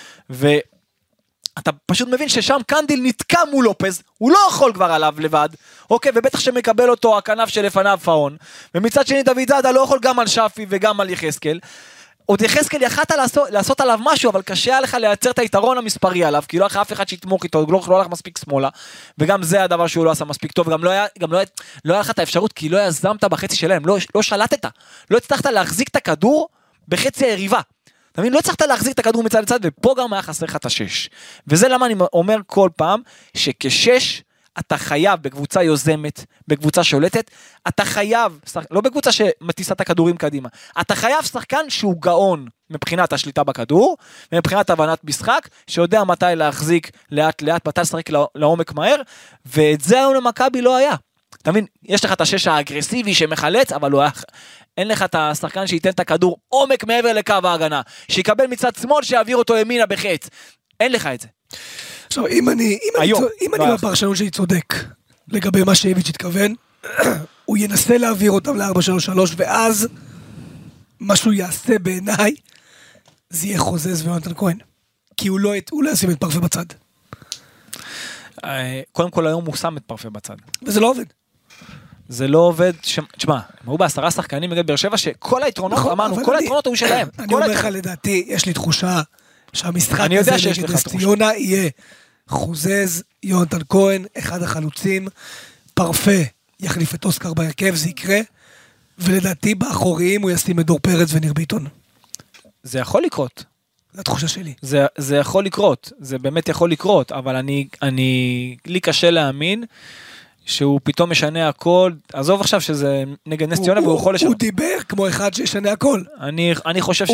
[SPEAKER 3] אתה פשוט מבין ששם קנדיל נתקע מול לופז, הוא לא יכול כבר עליו לבד, אוקיי, ובטח שמקבל אותו הכנף שלפניו פאון, ומצד שני דוד זאדה לא יכול גם על שפי וגם על יחזקאל, עוד יחזקאל יכלת לעשות עליו משהו, אבל קשה היה לך לייצר את היתרון המספרי עליו, כי לא היה אף אחד שיתמוך איתו, לא הלך מספיק שמאלה, וגם זה הדבר שהוא לא עשה מספיק טוב, וגם לא היה לך את האפשרות, כי לא יזמת בחצי שלהם, לא שלטת, לא הצלחת להחזיק את הכדור בחצי היריבה, אתה מבין? לא הצלחת להחזיק את הכדור מצד לצד, ופה גם היה חסר לך את השש. וזה למה אני אומר כל פעם, שכשש, אתה חייב בקבוצה יוזמת, בקבוצה שולטת, אתה חייב, לא בקבוצה שמטיסה את הכדורים קדימה, אתה חייב שחקן שהוא גאון, מבחינת השליטה בכדור, ומבחינת הבנת משחק, שיודע מתי להחזיק לאט לאט, מתי לשחק לעומק מהר, ואת זה היום למכבי לא היה. אתה מבין? יש לך את השש האגרסיבי שמחלץ, אבל לא היה... אין לך את השחקן שייתן את הכדור עומק מעבר לקו ההגנה, שיקבל מצד שמאל שיעביר אותו ימינה בחץ. אין לך את זה.
[SPEAKER 2] עכשיו, אם אני בפרשנות שלי צודק, לגבי מה שאיביץ' התכוון, הוא ינסה להעביר אותם ל-4-3-3, ואז מה שהוא יעשה בעיניי, זה יהיה חוזז ויונתן כהן. כי הוא לא ישים את פרפה בצד.
[SPEAKER 3] קודם כל היום הוא שם את פרפה בצד.
[SPEAKER 2] וזה לא עובד.
[SPEAKER 3] זה לא עובד, תשמע, הם היו ב10 שחקנים נגד באר שבע, שכל היתרונות, אמרנו, כל היתרונות היו שלהם.
[SPEAKER 2] אני אומר לך, לדעתי, יש לי תחושה שהמשחק הזה נגד נס ציונה יהיה חוזז, יונתן כהן, אחד החלוצים, פרפה יחליף את אוסקר בהרכב, זה יקרה, ולדעתי באחוריים הוא ישים את דור פרץ וניר ביטון.
[SPEAKER 3] זה יכול לקרות.
[SPEAKER 2] זו התחושה שלי.
[SPEAKER 3] זה יכול לקרות, זה באמת יכול לקרות, אבל לי קשה להאמין, שהוא פתאום משנה הכל, עזוב עכשיו שזה נגד נס ציונה, והוא יכול לשנות.
[SPEAKER 2] הוא דיבר כמו אחד שישנה הכל.
[SPEAKER 3] אני חושב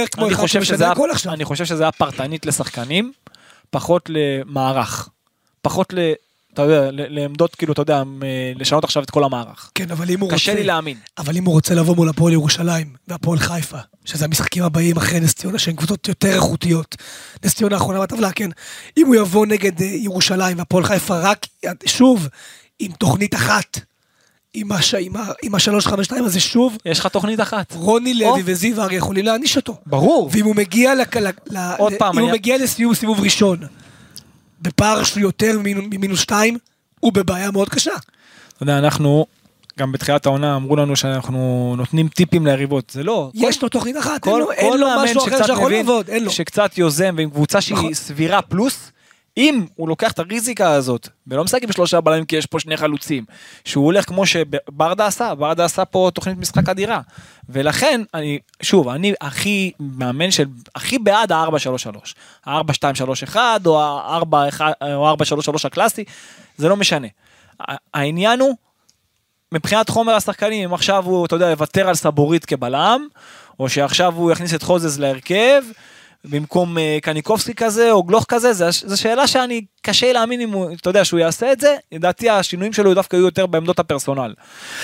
[SPEAKER 3] שזה היה פרטנית לשחקנים, פחות למערך, פחות אתה יודע, לעמדות, כאילו, אתה יודע, לשנות עכשיו את כל המערך.
[SPEAKER 2] כן, אבל אם הוא רוצה...
[SPEAKER 3] קשה לי להאמין.
[SPEAKER 2] אבל אם הוא רוצה לבוא מול הפועל ירושלים, והפועל חיפה, שזה המשחקים הבאים אחרי נס ציונה, שהן קבוצות יותר איכותיות, נס ציונה האחרונה בטבלה, כן, אם הוא יבוא נגד ירושלים, והפועל חיפה רק, שוב, עם תוכנית אחת, עם ה-352 הזה שוב,
[SPEAKER 3] יש לך תוכנית אחת.
[SPEAKER 2] רוני לוי וזיו הרי יכולים להעניש אותו.
[SPEAKER 3] ברור.
[SPEAKER 2] ואם הוא מגיע לסיום סיבוב ראשון, בפער שהוא יותר ממינוס 2, הוא בבעיה מאוד קשה.
[SPEAKER 3] אתה יודע, אנחנו, גם בתחילת העונה, אמרו לנו שאנחנו נותנים טיפים ליריבות, זה לא.
[SPEAKER 2] יש לו תוכנית אחת, אין לו משהו אחר שיכול לעבוד, אין לו.
[SPEAKER 3] שקצת יוזם, ועם קבוצה שהיא סבירה פלוס, אם הוא לוקח את הריזיקה הזאת, ולא משחק עם 3 בלמים, כי יש פה 2 חלוצים, שהוא הולך כמו שברדה עשה פה תוכנית משחק אדירה, ולכן, אני הכי מאמן הכי בעד ה-4-3-3, ה-4-2-3-1, או ה-4-3-3 הקלאסי, זה לא משנה. העניין הוא, מבחינת חומר השחקנים, אם עכשיו הוא, אתה יודע, יוותר על סבורית כבלם, או שעכשיו הוא יכניס את חוזז להרכב, במקום קניקובסקי כזה, או גלוך כזה, זו שאלה שאני קשה להאמין אם הוא, אתה יודע, שהוא יעשה את זה, לדעתי השינויים שלו דווקא יהיו יותר בעמדות הפרסונל.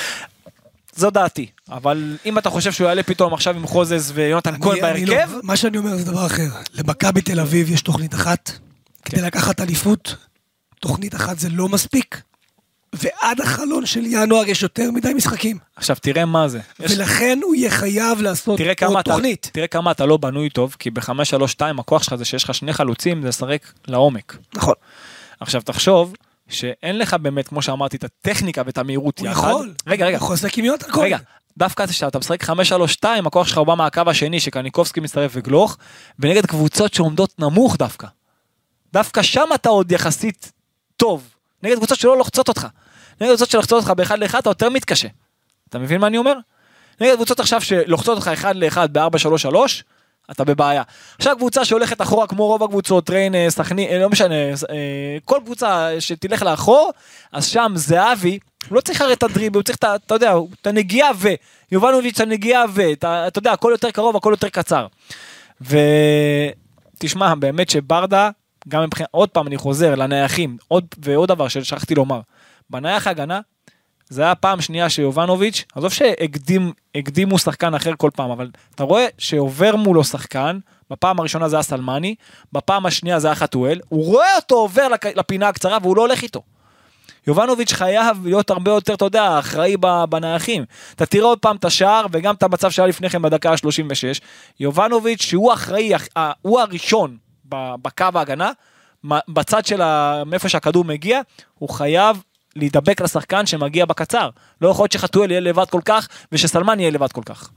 [SPEAKER 3] זו דעתי, אבל אם אתה חושב שהוא יעלה פתאום עכשיו עם חוזז ויונתן כהן בהרכב...
[SPEAKER 2] מה שאני אומר זה דבר אחר, למכבי תל אביב יש תוכנית אחת, כדי לקחת אליפות, תוכנית אחת זה לא מספיק, ועד החלון של ינואר יש יותר מדי משחקים.
[SPEAKER 3] עכשיו תראה מה זה.
[SPEAKER 2] ולכן הוא יהיה חייב לעשות עוד תוכנית.
[SPEAKER 3] תראה כמה אתה לא בנוי טוב, כי ב-5-3-2 הכוח שלך זה שיש לך 2 חלוצים, זה לשחק לעומק.
[SPEAKER 2] נכון.
[SPEAKER 3] עכשיו תחשוב שאין לך באמת, כמו שאמרתי, את הטכניקה ואת המהירות.
[SPEAKER 2] הוא יכול.
[SPEAKER 3] רגע.
[SPEAKER 2] הוא יכול לשחק עם יונתן כהן.
[SPEAKER 3] רגע, דווקא שאתה משחק 5-3-2, הכוח שלך הוא בא מהקו השני, שקניקובסקי מצטרף וגלוך, ונגד קבוצות שעומדות נמוך דווקא. דווקא שם אתה עוד יחסית טוב. נגד קבוצות שלא לוחצות אותך. נגד קבוצות שלוחצות אותך באחד לאחד, אתה יותר מתקשה. אתה מבין מה אני אומר? נגד קבוצות עכשיו שלוחצות אותך אחד לאחד ב-4-3-3, אתה בבעיה. עכשיו קבוצה שהולכת אחורה כמו רוב הקבוצות, ריין, סכנין, לא משנה, כל קבוצה שתלך לאחור, אז שם זהבי, הוא לא צריך הרי את הדריבל, הוא צריך אתה יודע, את הנגיעה יובנוביץ' הנגיעה אתה יודע, הכל יותר קרוב, הכל יותר קצר. תשמע, באמת שברדה, גם מבחינת, עוד פעם אני חוזר לנייחים, ועוד דבר ששכחתי לומר, בנייח הגנה, זה היה פעם שנייה שיובנוביץ', עזוב שהקדימו שחקן אחר כל פעם, אבל אתה רואה שעובר מולו שחקן, בפעם הראשונה זה היה סלמני, בפעם השנייה זה היה חתואל, הוא רואה אותו עובר לפינה הקצרה, והוא לא הולך איתו. יובנוביץ' חייב להיות הרבה יותר, אתה יודע, אחראי בנייחים. אתה תראה עוד פעם את השער, וגם את המצב שהיה לפני כן בדקה ה-36, יובנוביץ' שהוא אחראי, הוא הראשון בקו ההגנה, בצד של מאיפה שהכדור מגיע, הוא חייב להידבק לשחקן שמגיע בקצר. לא יכול להיות שחתואל יהיה לבד כל כך, ושסלמן יהיה לבד כל כך.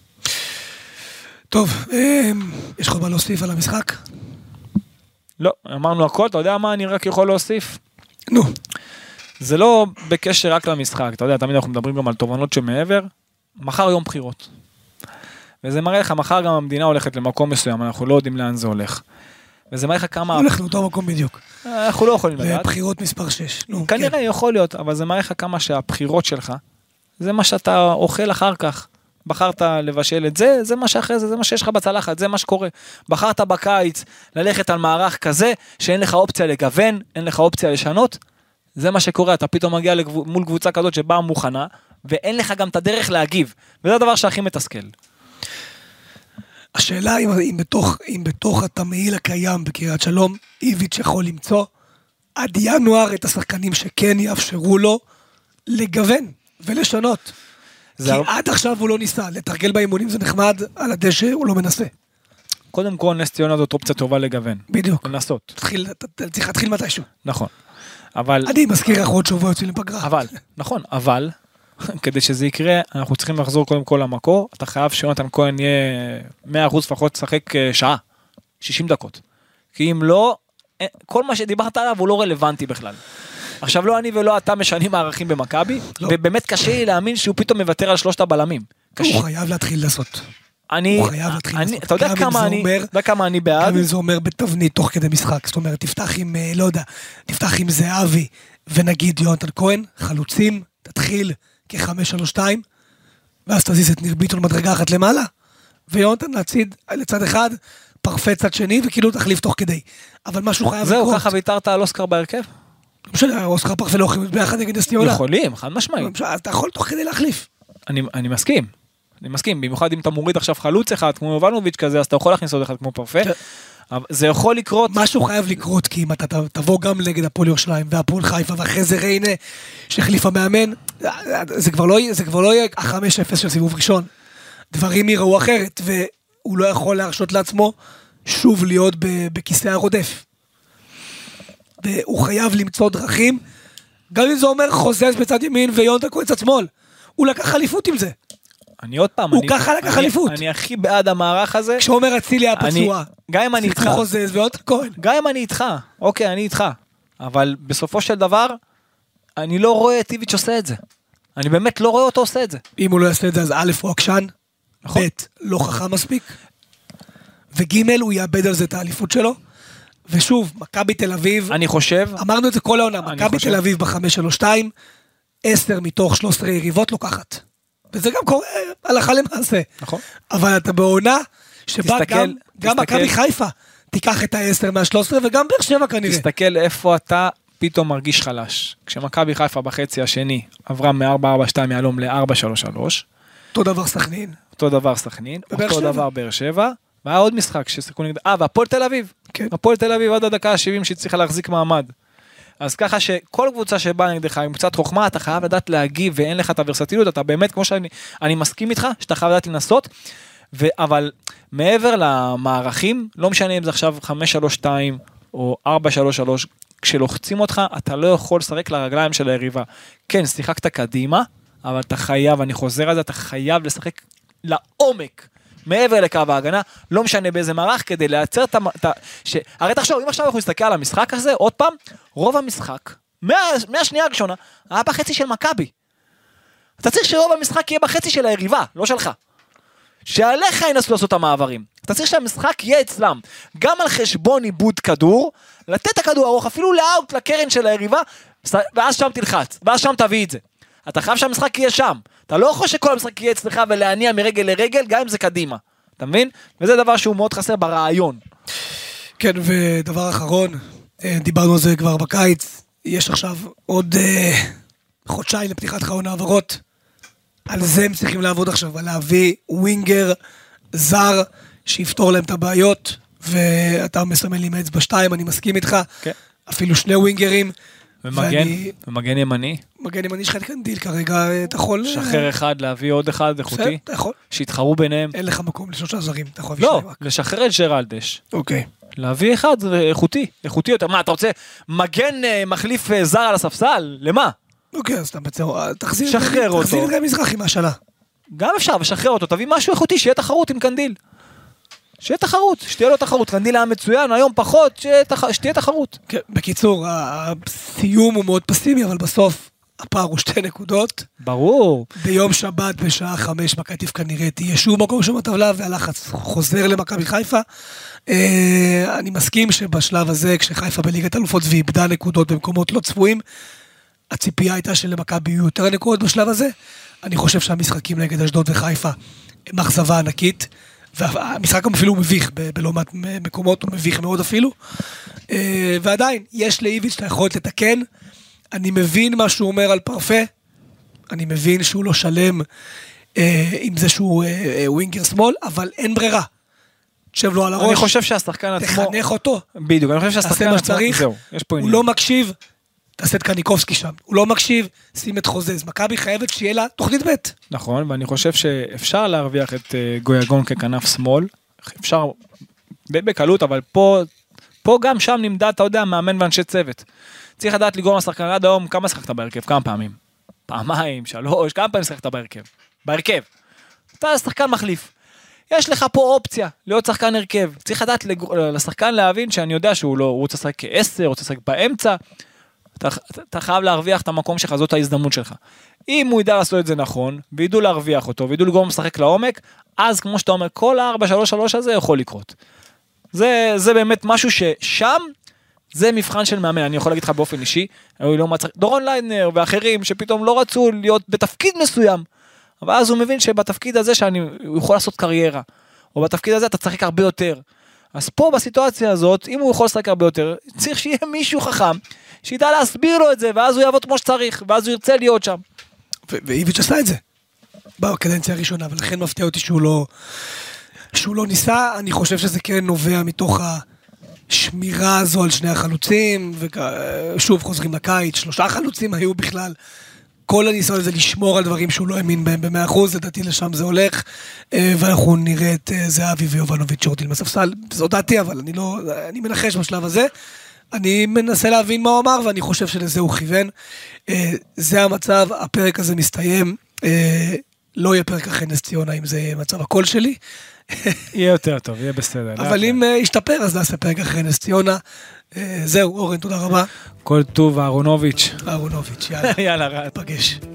[SPEAKER 2] טוב, יש לך מה להוסיף על המשחק?
[SPEAKER 3] לא, אמרנו הכל, אתה יודע מה אני רק יכול להוסיף?
[SPEAKER 2] נו.
[SPEAKER 3] זה לא בקשר רק למשחק, אתה יודע, תמיד אנחנו מדברים גם על תובנות שמעבר, מחר יום בחירות. וזה מראה לך, מחר גם המדינה הולכת למקום מסוים, אנחנו לא יודעים לאן זה הולך. וזה מראה לך כמה...
[SPEAKER 2] הולך לאותו מקום בדיוק.
[SPEAKER 3] אנחנו לא יכולים לדעת.
[SPEAKER 2] ובחירות מספר 6.
[SPEAKER 3] כנראה יכול להיות, אבל זה מראה לך כמה שהבחירות שלך, זה מה שאתה אוכל אחר כך. בחרת לבשל את זה, זה מה שאחרי זה, זה מה שיש לך בצלחת, זה מה שקורה. בחרת בקיץ ללכת על מערך כזה, שאין לך אופציה לגוון, אין לך אופציה לשנות, זה מה שקורה, אתה פתאום מגיע מול קבוצה כזאת שבאה מוכנה, ואין לך גם את הדרך להגיב, וזה הדבר שהכי מתסכל.
[SPEAKER 2] השאלה אם בתוך התמהיל הקיים בקריית שלום, איביץ' יכול למצוא עד ינואר את השחקנים שכן יאפשרו לו לגוון ולשנות. כי עד עכשיו הוא לא ניסה, לתרגל באימונים זה נחמד, על הדשא הוא לא מנסה.
[SPEAKER 3] קודם כל נס ציונה זאת אופציה טובה לגוון.
[SPEAKER 2] בדיוק.
[SPEAKER 3] לנסות.
[SPEAKER 2] צריך להתחיל מתישהו.
[SPEAKER 3] נכון. אבל...
[SPEAKER 2] אני מזכיר איך עוד שבוע יוצאים לפגרה.
[SPEAKER 3] אבל, נכון, אבל, כדי שזה יקרה, אנחנו צריכים לחזור קודם כל למקור, אתה חייב שיונתן כהן יהיה 100% לפחות לשחק שעה, 60 דקות. כי אם לא, כל מה שדיברת עליו הוא לא רלוונטי בכלל. עכשיו לא אני ולא אתה משנים מערכים במכבי, ובאמת קשה לי להאמין שהוא פתאום מוותר על שלושת הבלמים.
[SPEAKER 2] הוא חייב להתחיל לעשות.
[SPEAKER 3] הוא
[SPEAKER 2] חייב להתחיל לעשות.
[SPEAKER 3] אתה יודע כמה אני בעד?
[SPEAKER 2] גם אם זה אומר בתבנית תוך כדי משחק, זאת אומרת, תפתח עם, לא יודע, תפתח עם זהבי, ונגיד יונתן כהן, חלוצים, תתחיל כ-5-3-2, ואז תזיז את ניר ביטון מדרגה אחת למעלה, ויונתן להציד לצד אחד, פרפה צד שני, וכאילו תחליף תוך כדי. אבל משהו חייב לקרות.
[SPEAKER 3] זהו, ככה ויתרת על אוסקר בהרכב?
[SPEAKER 2] לא משנה, אוסקר פרפה לא יכולים ביחד נגד אסטיולה.
[SPEAKER 3] יכולים, חד משמעי.
[SPEAKER 2] אתה יכול תוך כדי להחליף.
[SPEAKER 3] אני מסכים, במיוחד אם אתה מוריד עכשיו חלוץ אחד, כמו יובנוביץ' כזה, אז אתה יכול להכניס עוד אחד כמו פרפה. זה יכול לקרות.
[SPEAKER 2] משהו חייב לקרות, כי אם אתה תבוא גם נגד הפועל ירושלים, והפועל חיפה, ואחרי זה ריינה, שהחליף המאמן, זה כבר לא יהיה 5-0 של סיבוב ראשון. דברים יראו אחרת, והוא לא יכול להרשות לעצמו שוב להיות בכיסא הרודף. והוא חייב למצוא דרכים, גם אם זה אומר חוזז בצד ימין, ויונתן כהן צד שמאל. הוא לקח חליפות עם זה.
[SPEAKER 3] אני עוד פעם,
[SPEAKER 2] הוא ככה לקח אליפות.
[SPEAKER 3] אני הכי בעד המערך הזה.
[SPEAKER 2] כשאומר אצילי הפצוע.
[SPEAKER 3] גם אם אני איתך.
[SPEAKER 2] חוזז ויונתן כהן.
[SPEAKER 3] גם אם אני איתך. אוקיי, אני איתך. אבל בסופו של דבר, אני לא רואה את איביץ' עושה את זה. אני באמת לא רואה אותו עושה את זה.
[SPEAKER 2] אם הוא לא יעשה את זה, אז א' הוא עקשן, ב' לא חכם מספיק, וג' הוא יאבד על זה את האליפות שלו. ושוב, מכבי תל אביב,
[SPEAKER 3] אני חושב,
[SPEAKER 2] אמרנו את זה כל העונה, מכבי תל אביב ב-5-3-2, 10 מתוך 13 יריבות לוקחת. וזה גם קורה הלכה למעשה.
[SPEAKER 3] נכון.
[SPEAKER 2] אבל אתה בעונה שבה גם מכבי חיפה תיקח את ה-10 מה-13 וגם באר שבע כנראה.
[SPEAKER 3] תסתכל איפה אתה פתאום מרגיש חלש. כשמכבי חיפה בחצי השני עברה מ-4-4-2 יעלום ל-4-3-3.
[SPEAKER 2] אותו דבר סכנין.
[SPEAKER 3] אותו דבר באר שבע. והיה עוד משחק ששיחקו נגד... והפועל תל אביב.
[SPEAKER 2] כן.
[SPEAKER 3] הפועל תל אביב עד הדקה ה-70 שהצליחה להחזיק מעמד. אז ככה שכל קבוצה שבאה נגדך עם קצת חוכמה, אתה חייב לדעת להגיב ואין לך את הוורסטיליות, אתה באמת, כמו שאני מסכים איתך, שאתה חייב לדעת לנסות, אבל מעבר למערכים, לא משנה אם זה עכשיו 5-3-2 או 4-3-3, כשלוחצים אותך, אתה לא יכול לשחק לרגליים של היריבה. כן, שיחקת קדימה, אבל אתה חייב, אני חוזר על זה, אתה חייב לשחק לעומק. מעבר לקו ההגנה, לא משנה באיזה מערך, כדי לייצר הרי תחשוב, אם עכשיו אנחנו נסתכל על המשחק הזה, עוד פעם, רוב המשחק, מהשנייה הראשונה, היה בחצי של מכבי. אתה צריך שרוב המשחק יהיה בחצי של היריבה, לא שלך. שעליך ינסו לעשות המעברים. אתה צריך שהמשחק יהיה אצלם. גם על חשבון עיבוד כדור, לתת את הכדור ארוך, אפילו לאוט לקרן של היריבה, ואז שם תלחץ, ואז שם תביא את זה. אתה חייב שהמשחק יהיה שם. אתה לא יכול שכל המשחק יהיה אצלך ולהניע מרגל לרגל, גם אם זה קדימה. אתה מבין? וזה דבר שהוא מאוד חסר ברעיון.
[SPEAKER 2] כן, ודבר אחרון, דיברנו על זה כבר בקיץ, יש עכשיו עוד חודשיים לפתיחת חלון העברות, על זה הם צריכים לעבוד עכשיו, על להביא ווינגר זר שיפתור להם את הבעיות, ואתה מסמן לי עם האצבע 2, אני מסכים איתך,
[SPEAKER 3] כן.
[SPEAKER 2] אפילו 2 ווינגרים.
[SPEAKER 3] ומגן ימני?
[SPEAKER 2] מגן ימני שלך את קנדיל כרגע, אתה יכול...
[SPEAKER 3] שחרר אחד, להביא עוד אחד איכותי?
[SPEAKER 2] אתה יכול.
[SPEAKER 3] שיתחרו ביניהם?
[SPEAKER 2] אין לך מקום ל3 זרים, אתה יכול להביא
[SPEAKER 3] לא,
[SPEAKER 2] 2 רק.
[SPEAKER 3] לשחרר את ג'רלדש.
[SPEAKER 2] אוקיי.
[SPEAKER 3] להביא אחד איכותי יותר. מה, אתה רוצה מגן מחליף זר על הספסל? למה?
[SPEAKER 2] אוקיי, אז אתה תחזיר את רמי מזרחי מהשנה.
[SPEAKER 3] גם אפשר, ושחרר אותו, תביא משהו איכותי, שיהיה תחרות עם קנדיל. שיהיה תחרות, שתהיה לו תחרות. קנדיל היה מצוין, היום פחות, שתהיה תחרות.
[SPEAKER 2] כן, בקיצור, הסיום הוא מאוד פסימי, אבל בסוף הפער הוא 2 נקודות.
[SPEAKER 3] ברור.
[SPEAKER 2] ביום שבת בשעה 5 מכבי טיב כנראה תהיה שוב מקום שם בטבלה, והלחץ חוזר למכבי חיפה. אני מסכים שבשלב הזה, כשחיפה בליגת אלופות ואיבדה נקודות במקומות לא צפויים, הציפייה הייתה שלמכבי יהיו יותר נקודות בשלב הזה. אני חושב שהמשחקים נגד אשדוד וחיפה הם אכזבה ענקית, והמשחק גם אפילו הוא מביך, בלא מעט מקומות הוא מביך מאוד אפילו, ועדיין, יש לאיביץ' את היכולת לתקן, אני מבין מה שהוא אומר על פרפה, אני מבין שהוא לא שלם עם זה שהוא ווינגר שמאל, אבל אין ברירה. תשב לו על הראש.
[SPEAKER 3] אני חושב שהשחקן עצמו...
[SPEAKER 2] תחנך אותו.
[SPEAKER 3] בדיוק, אני חושב שהשחקן עצמו...
[SPEAKER 2] זהו, יש פה עניין. הוא לא מקשיב, תעשה את קניקובסקי שם. הוא לא מקשיב, שים את חוזז. מכבי חייבת שיהיה לה תוכנית ב'.
[SPEAKER 3] נכון, ואני חושב שאפשר להרוויח את גויגון ככנף שמאל. אפשר די בקלות, אבל פה גם שם נמדד, אתה יודע, מאמן ואנשי צוות. צריך לדעת לגרום לשחקן עד היום, כמה שחקת בהרכב? כמה פעמים? 2, 3, כמה פעמים שחקת בהרכב? בהרכב. אתה שחקן מחליף. יש לך פה אופציה להיות שחקן הרכב. צריך לדעת לשחקן להבין שאני יודע שהוא לא, הוא רוצה לשחק כ10, רוצה לשחק באמצע. אתה חייב להרוויח את המקום שלך, זאת ההזדמנות שלך. אם הוא ידע לעשות את זה נכון, וידעו להרוויח אותו, וידעו לגרום לשחק לעומק, אז כמו שאתה אומר, כל 4-3-3 הזה יכול לקרות. זה באמת משהו ששם, זה מבחן של מאמן. אני יכול להגיד לך באופן אישי, דורון ליינר ואחרים שפתאום לא רצו להיות בתפקיד מסוים, אבל אז הוא מבין שבתפקיד הזה הוא יכול לעשות קריירה, או בתפקיד הזה אתה צריך הרבה יותר. אז פה בסיטואציה הזאת, אם הוא יכול לשחק הרבה יותר, צריך שיהיה מישהו חכם, שידע להסביר לו את זה, ואז הוא יעבוד כמו שצריך, ואז הוא ירצה להיות שם.
[SPEAKER 2] ואיביץ' עשה את זה, בקדנציה הראשונה, ולכן מפתיע אותי שהוא לא ניסה. אני חושב שזה כן נובע מתוך השמירה הזו על 2 החלוצים, ושוב חוזרים לקיץ, 3 חלוצים היו בכלל, כל הניסיון הזה לשמור על דברים שהוא לא האמין בהם ב100%, לדעתי לשם זה הולך, ואנחנו נראה את זהבי ויובנוביץ' שורדים בספסל, זו דעתי, אבל אני מנחש בשלב הזה, אני מנסה להבין מה הוא אמר, ואני חושב שלזה הוא כיוון, זה המצב, הפרק הזה מסתיים, לא יהיה פרק אחרי נס ציונה, אם זה מצב הקול שלי,
[SPEAKER 3] יהיה יותר טוב, יהיה בסדר.
[SPEAKER 2] אבל אם ישתפר, אז נעשה פרק אחרי נס ציונה, זהו, אורן, תודה רבה.
[SPEAKER 3] כל טוב, אהרונוביץ'.
[SPEAKER 2] אהרונוביץ', יאללה.
[SPEAKER 3] יאללה,
[SPEAKER 2] פגש.